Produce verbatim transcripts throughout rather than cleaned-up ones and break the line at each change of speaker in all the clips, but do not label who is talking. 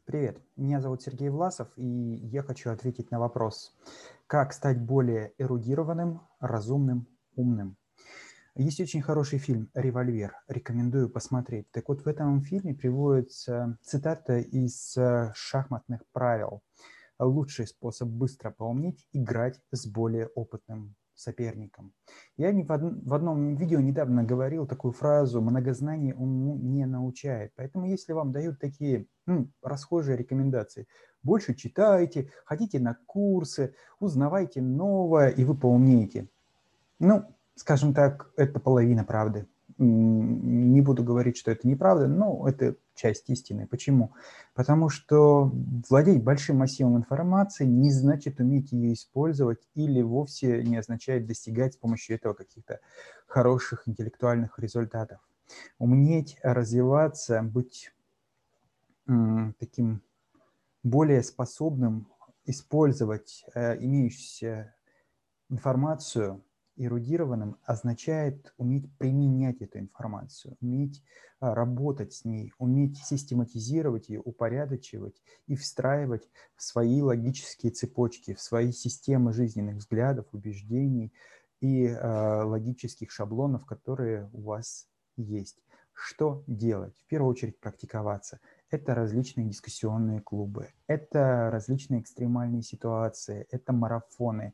Привет, меня зовут Сергей Власов, и я хочу ответить на вопрос, как стать более эрудированным, разумным, умным. Есть очень хороший фильм «Револьвер», рекомендую посмотреть. Так вот, в этом фильме приводится цитата из э, шахматных правил. Лучший способ быстро поумнеть – играть с более опытным соперником. Я не в, од... в одном видео недавно говорил такую фразу «многознание уму не научает». Поэтому если вам дают такие ну, расхожие рекомендации, больше читайте, ходите на курсы, узнавайте новое, и вы поумнеете. Ну, скажем так, это половина правды. Не буду говорить, что это неправда, но это часть истины. Почему? Потому что владеть большим массивом информации не значит уметь ее использовать или вовсе не означает достигать с помощью этого каких-то хороших интеллектуальных результатов. Умнеть, развиваться, быть таким более способным использовать э, имеющуюся информацию эрудированным означает уметь применять эту информацию, уметь а, работать с ней, уметь систематизировать ее, упорядочивать и встраивать в свои логические цепочки, в свои системы жизненных взглядов, убеждений и а, логических шаблонов, которые у вас есть. Что делать? В первую очередь практиковаться. Это различные дискуссионные клубы, это различные экстремальные ситуации, это марафоны,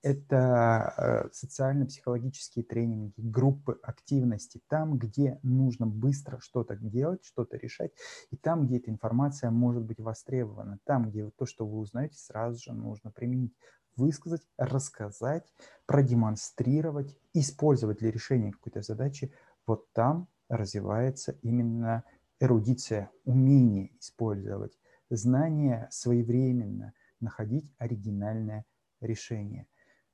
это э, социально-психологические тренинги, группы активности, там, где нужно быстро что-то делать, что-то решать, и там, где эта информация может быть востребована, там, где то, что вы узнаете, сразу же нужно применить, высказать, рассказать, продемонстрировать, использовать для решения какой-то задачи. Вот там развивается именно эрудиция, умение использовать знания своевременно, находить оригинальное решение.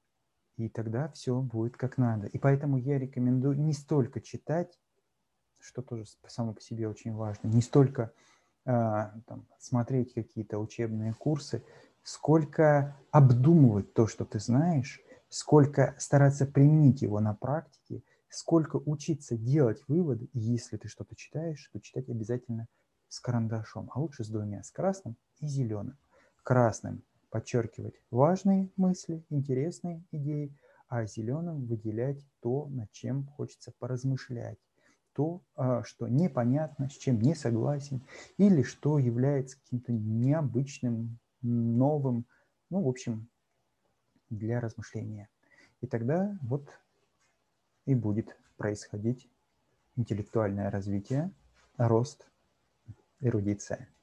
И тогда все будет как надо. И поэтому я рекомендую не столько читать, что тоже само по себе очень важно, не столько а, там, смотреть какие-то учебные курсы, сколько обдумывать то, что ты знаешь, сколько стараться применить его на практике, сколько учиться делать выводы. И если ты что-то читаешь, то читать обязательно с карандашом, а лучше с двумя, с красным и зеленым. Красным подчеркивать важные мысли, интересные идеи, а зеленым выделять то, над чем хочется поразмышлять, то, что непонятно, с чем не согласен, или что является каким-то необычным, новым, ну, в общем, для размышления. И тогда вот и будет происходить интеллектуальное развитие, рост, эрудиция.